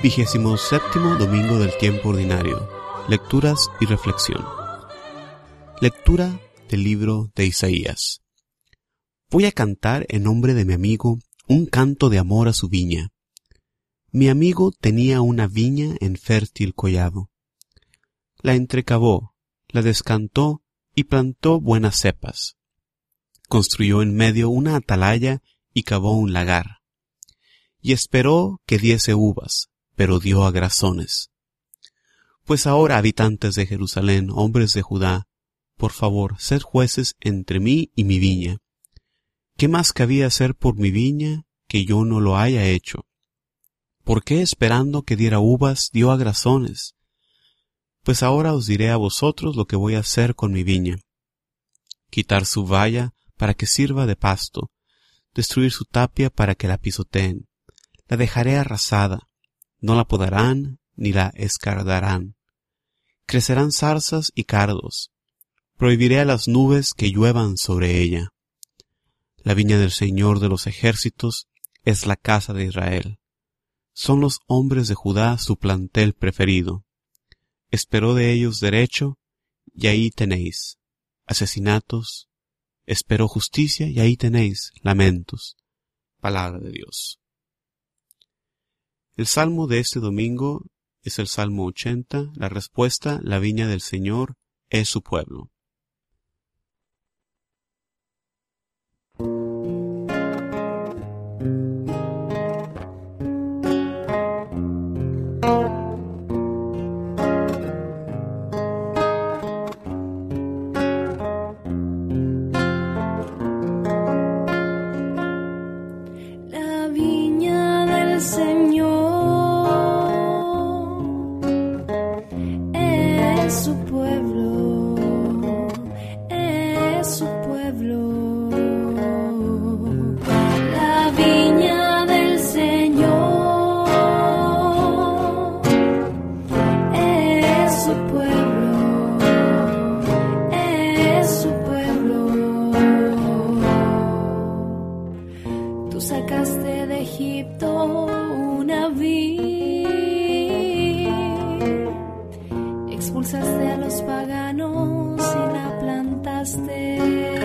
27º domingo del tiempo ordinario. Lecturas y reflexión. Lectura del libro de Isaías. Voy a cantar en nombre de mi amigo un canto de amor a su viña. Mi amigo tenía una viña en fértil collado. La entrecavó, la descantó y plantó buenas cepas. Construyó en medio una atalaya y cavó un lagar. Y esperó que diese uvas, pero dio agrazones. Pues ahora, habitantes de Jerusalén, hombres de Judá, por favor, sed jueces entre mí y mi viña. ¿Qué más cabía hacer por mi viña que yo no lo haya hecho? ¿Por qué esperando que diera uvas dio agrazones? Pues ahora os diré a vosotros lo que voy a hacer con mi viña. Quitar su valla para que sirva de pasto, destruir su tapia para que la pisoteen. La dejaré arrasada, no la podarán ni la escardarán. Crecerán zarzas y cardos. Prohibiré a las nubes que lluevan sobre ella. La viña del Señor de los ejércitos es la casa de Israel. Son los hombres de Judá su plantel preferido. Esperó de ellos derecho, y ahí tenéis asesinatos. Esperó justicia, y ahí tenéis lamentos. Palabra de Dios. El salmo de este domingo es el Salmo 80. La respuesta, la viña del Señor es su pueblo. La viña del Señor es su pueblo, es su pueblo. La viña del Señor es su pueblo, es su pueblo. Tú sacaste de Egipto una vid, expulsaste a los paganos y la plantaste,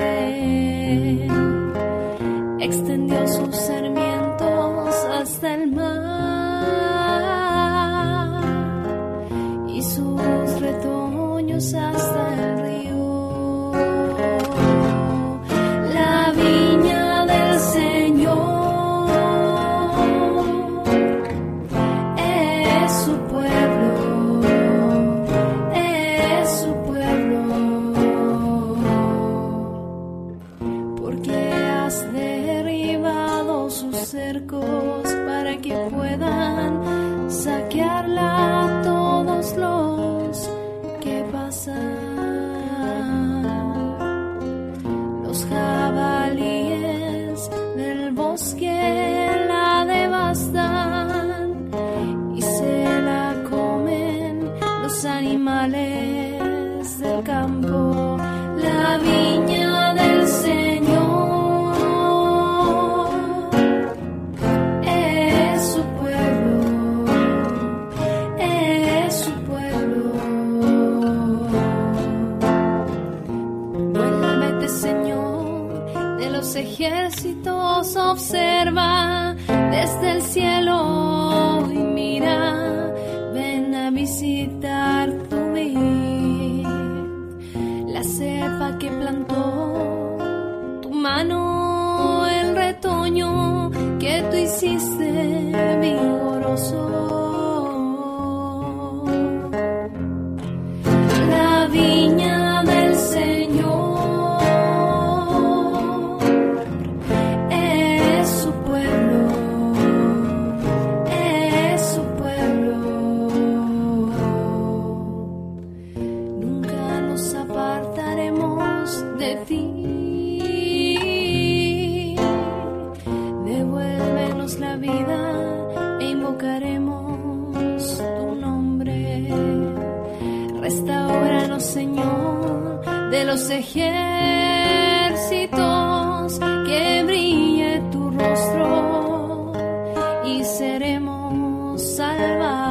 extendió sus sarmientos hasta el mar y sus retoños hasta el río. La viña del Señor es su pueblo, es su pueblo. Porque has derribado sus cercos para que puedan saquearla todos los que pasan. Los jabalíes del bosque la devastan y se la comen los animales del campo. La viña del Señor es su pueblo, es su pueblo. Vuélvete, Señor, de los ejércitos, observa desde el cielo y mira, ven a visitar tu vid, la cepa que plantó tu mano, el retoño que tú hiciste vigoroso. La viña del Señor es su pueblo, es su pueblo. Nunca nos apartaremos de ti. Devuélvenos la vida e invocaremos tu nombre. Restáuranos, Señor, de los ejércitos, que brille tu rostro y seremos salvados.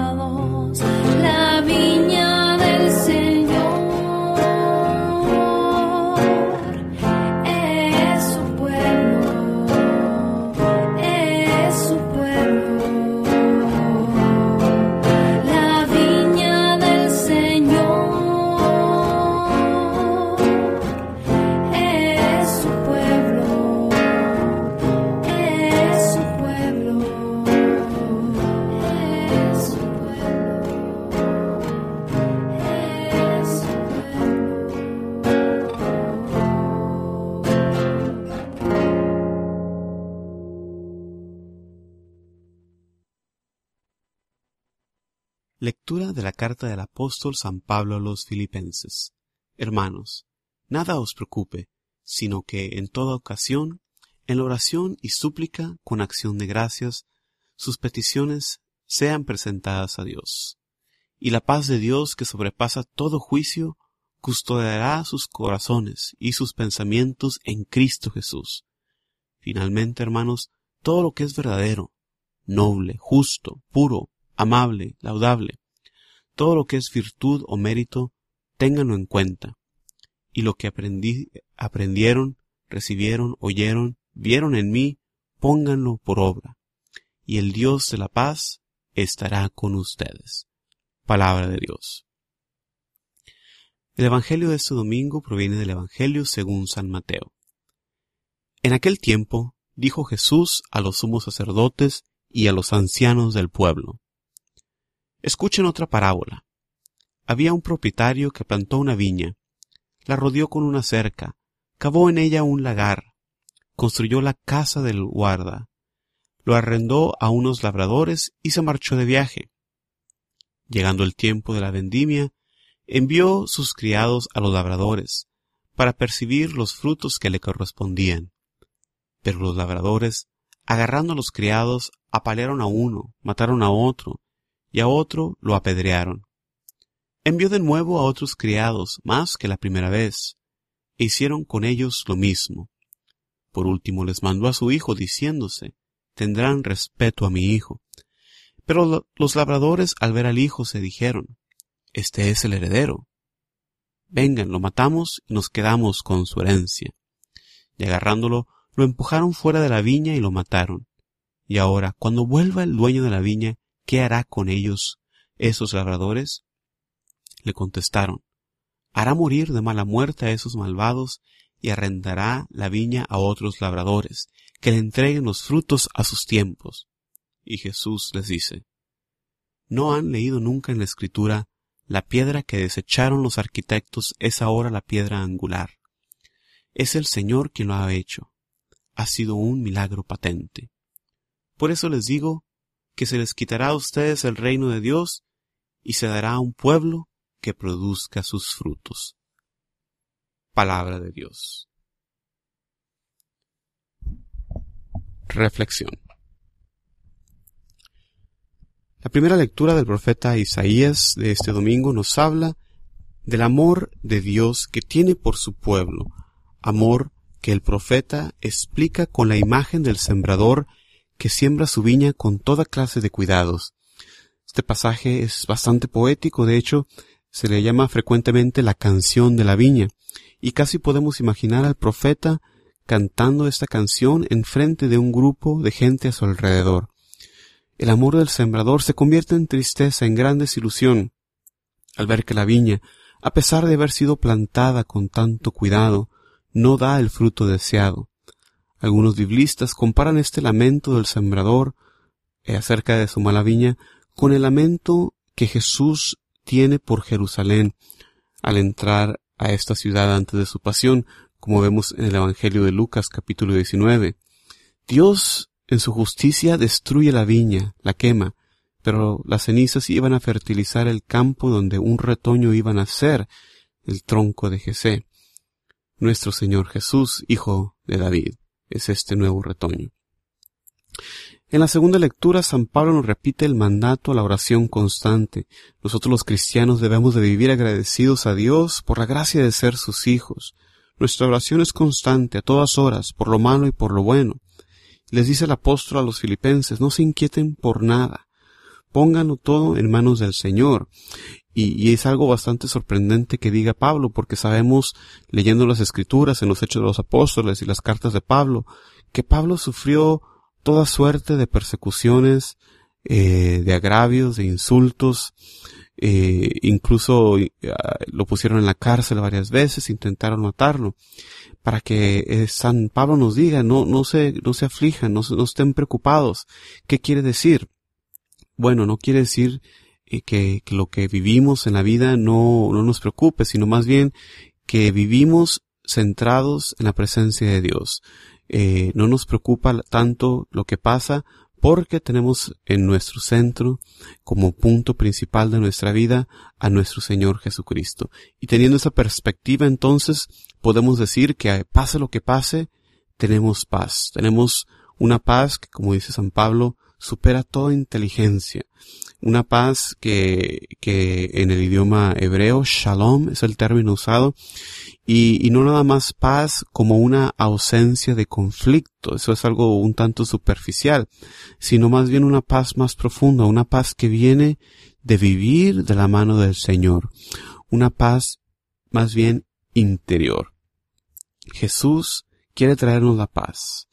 Lectura de la carta del apóstol San Pablo a los Filipenses. Hermanos, nada os preocupe, sino que en toda ocasión, en la oración y súplica con acción de gracias, sus peticiones sean presentadas a Dios. Y la paz de Dios, que sobrepasa todo juicio, custodiará sus corazones y sus pensamientos en Cristo Jesús. Finalmente, hermanos, todo lo que es verdadero, noble, justo, puro, amable, laudable, todo lo que es virtud o mérito, ténganlo en cuenta. Y lo que aprendieron, recibieron, oyeron, vieron en mí, pónganlo por obra. Y el Dios de la paz estará con ustedes. Palabra de Dios. El Evangelio de este domingo proviene del Evangelio según San Mateo. En aquel tiempo dijo Jesús a los sumos sacerdotes y a los ancianos del pueblo: Escuchen otra parábola. Había un propietario que plantó una viña, la rodeó con una cerca, cavó en ella un lagar, construyó la casa del guarda, lo arrendó a unos labradores y se marchó de viaje. Llegando el tiempo de la vendimia, envió sus criados a los labradores para percibir los frutos que le correspondían. Pero los labradores, agarrando a los criados, apalearon a uno, mataron a otro, y a otro lo apedrearon. Envió de nuevo a otros criados, más que la primera vez, e hicieron con ellos lo mismo. Por último les mandó a su hijo, diciéndose: tendrán respeto a mi hijo. Pero los labradores, al ver al hijo, se dijeron: este es el heredero. Vengan, lo matamos y nos quedamos con su herencia. Y agarrándolo, lo empujaron fuera de la viña y lo mataron. Y ahora, cuando vuelva el dueño de la viña, ¿qué hará con ellos, esos labradores? Le contestaron: hará morir de mala muerte a esos malvados y arrendará la viña a otros labradores, que le entreguen los frutos a sus tiempos. Y Jesús les dice: ¿no han leído nunca en la Escritura: la piedra que desecharon los arquitectos es ahora la piedra angular? Es el Señor quien lo ha hecho. Ha sido un milagro patente. Por eso les digo que se les quitará a ustedes el reino de Dios y se dará a un pueblo que produzca sus frutos. Palabra de Dios. Reflexión. La primera lectura del profeta Isaías de este domingo nos habla del amor de Dios que tiene por su pueblo, amor que el profeta explica con la imagen del sembrador que siembra su viña con toda clase de cuidados. Este pasaje es bastante poético, de hecho, se le llama frecuentemente la canción de la viña, y casi podemos imaginar al profeta cantando esta canción en frente de un grupo de gente a su alrededor. El amor del sembrador se convierte en tristeza, en gran desilusión, al ver que la viña, a pesar de haber sido plantada con tanto cuidado, no da el fruto deseado. Algunos biblistas comparan este lamento del sembrador acerca de su mala viña con el lamento que Jesús tiene por Jerusalén al entrar a esta ciudad antes de su pasión, como vemos en el Evangelio de Lucas capítulo 19. Dios en su justicia destruye la viña, la quema, pero las cenizas iban a fertilizar el campo donde un retoño iba a nacer, el tronco de Jesé. Nuestro Señor Jesús, hijo de David, es este nuevo retoño. En la segunda lectura, San Pablo nos repite el mandato a la oración constante. Nosotros los cristianos debemos de vivir agradecidos a Dios por la gracia de ser sus hijos. Nuestra oración es constante, a todas horas, por lo malo y por lo bueno. Les dice el apóstol a los filipenses: no se inquieten por nada, pónganlo todo en manos del Señor. Y es algo bastante sorprendente que diga Pablo, porque sabemos, leyendo las Escrituras, en los Hechos de los Apóstoles y las cartas de Pablo, que Pablo sufrió toda suerte de persecuciones, de agravios, de insultos, incluso lo pusieron en la cárcel varias veces, intentaron matarlo, para que San Pablo nos diga: no se aflijan, no estén preocupados. ¿Qué quiere decir? Bueno, no quiere decir que lo que vivimos en la vida no nos preocupe, sino más bien que vivimos centrados en la presencia de Dios. No nos preocupa tanto lo que pasa, porque tenemos en nuestro centro, como punto principal de nuestra vida, a nuestro Señor Jesucristo. Y teniendo esa perspectiva, entonces, podemos decir que pase lo que pase, tenemos paz. Tenemos una paz que, como dice San Pablo, supera toda inteligencia. Una paz que en el idioma hebreo, shalom, es el término usado, y no nada más paz como una ausencia de conflicto, eso es algo un tanto superficial, sino más bien una paz más profunda, una paz que viene de vivir de la mano del Señor, una paz más bien interior. Jesús quiere traernos la paz.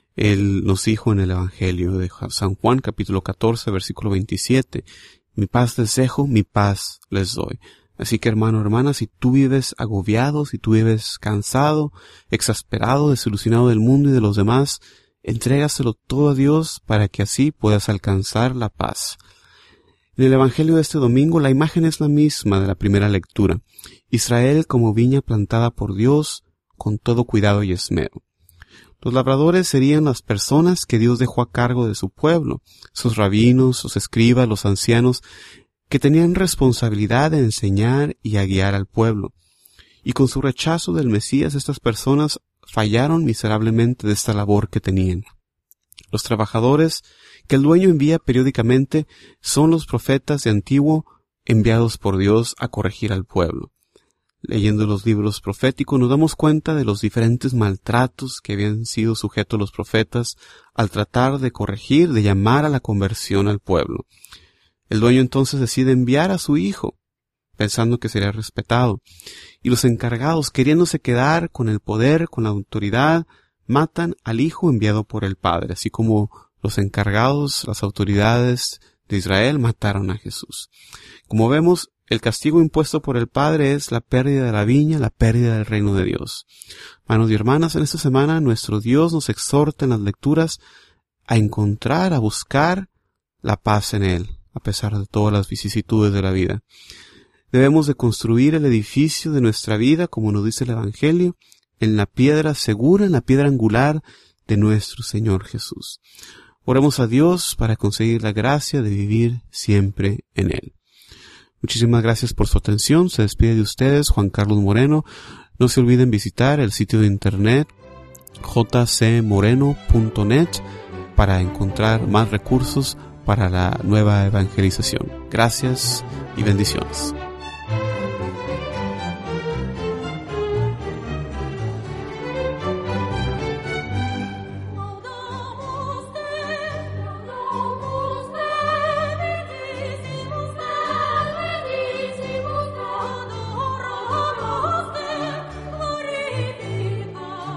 Él nos dijo en el Evangelio de San Juan, capítulo 14, versículo 27, mi paz les dejo, mi paz les doy. Así que, hermano, hermana, si tú vives agobiado, si tú vives cansado, exasperado, desilusionado del mundo y de los demás, entrégaselo todo a Dios para que así puedas alcanzar la paz. En el Evangelio de este domingo, la imagen es la misma de la primera lectura. Israel como viña plantada por Dios con todo cuidado y esmero. Los labradores serían las personas que Dios dejó a cargo de su pueblo, sus rabinos, sus escribas, los ancianos, que tenían responsabilidad de enseñar y a guiar al pueblo. Y con su rechazo del Mesías, estas personas fallaron miserablemente de esta labor que tenían. Los trabajadores que el dueño envía periódicamente son los profetas de antiguo enviados por Dios a corregir al pueblo. Leyendo los libros proféticos nos damos cuenta de los diferentes maltratos que habían sido sujetos los profetas al tratar de corregir, de llamar a la conversión al pueblo. El dueño entonces decide enviar a su hijo, pensando que sería respetado. Y los encargados, queriéndose quedar con el poder, con la autoridad, matan al hijo enviado por el Padre, así como los encargados, las autoridades de Israel mataron a Jesús. Como vemos, el castigo impuesto por el Padre es la pérdida de la viña, la pérdida del reino de Dios. Hermanos y hermanas, en esta semana nuestro Dios nos exhorta en las lecturas a encontrar, a buscar la paz en Él, a pesar de todas las vicisitudes de la vida. Debemos de construir el edificio de nuestra vida, como nos dice el Evangelio, en la piedra segura, en la piedra angular de nuestro Señor Jesús. Oremos a Dios para conseguir la gracia de vivir siempre en Él. Muchísimas gracias por su atención. Se despide de ustedes Juan Carlos Moreno. No se olviden visitar el sitio de internet jcmoreno.net para encontrar más recursos para la nueva evangelización. Gracias y bendiciones.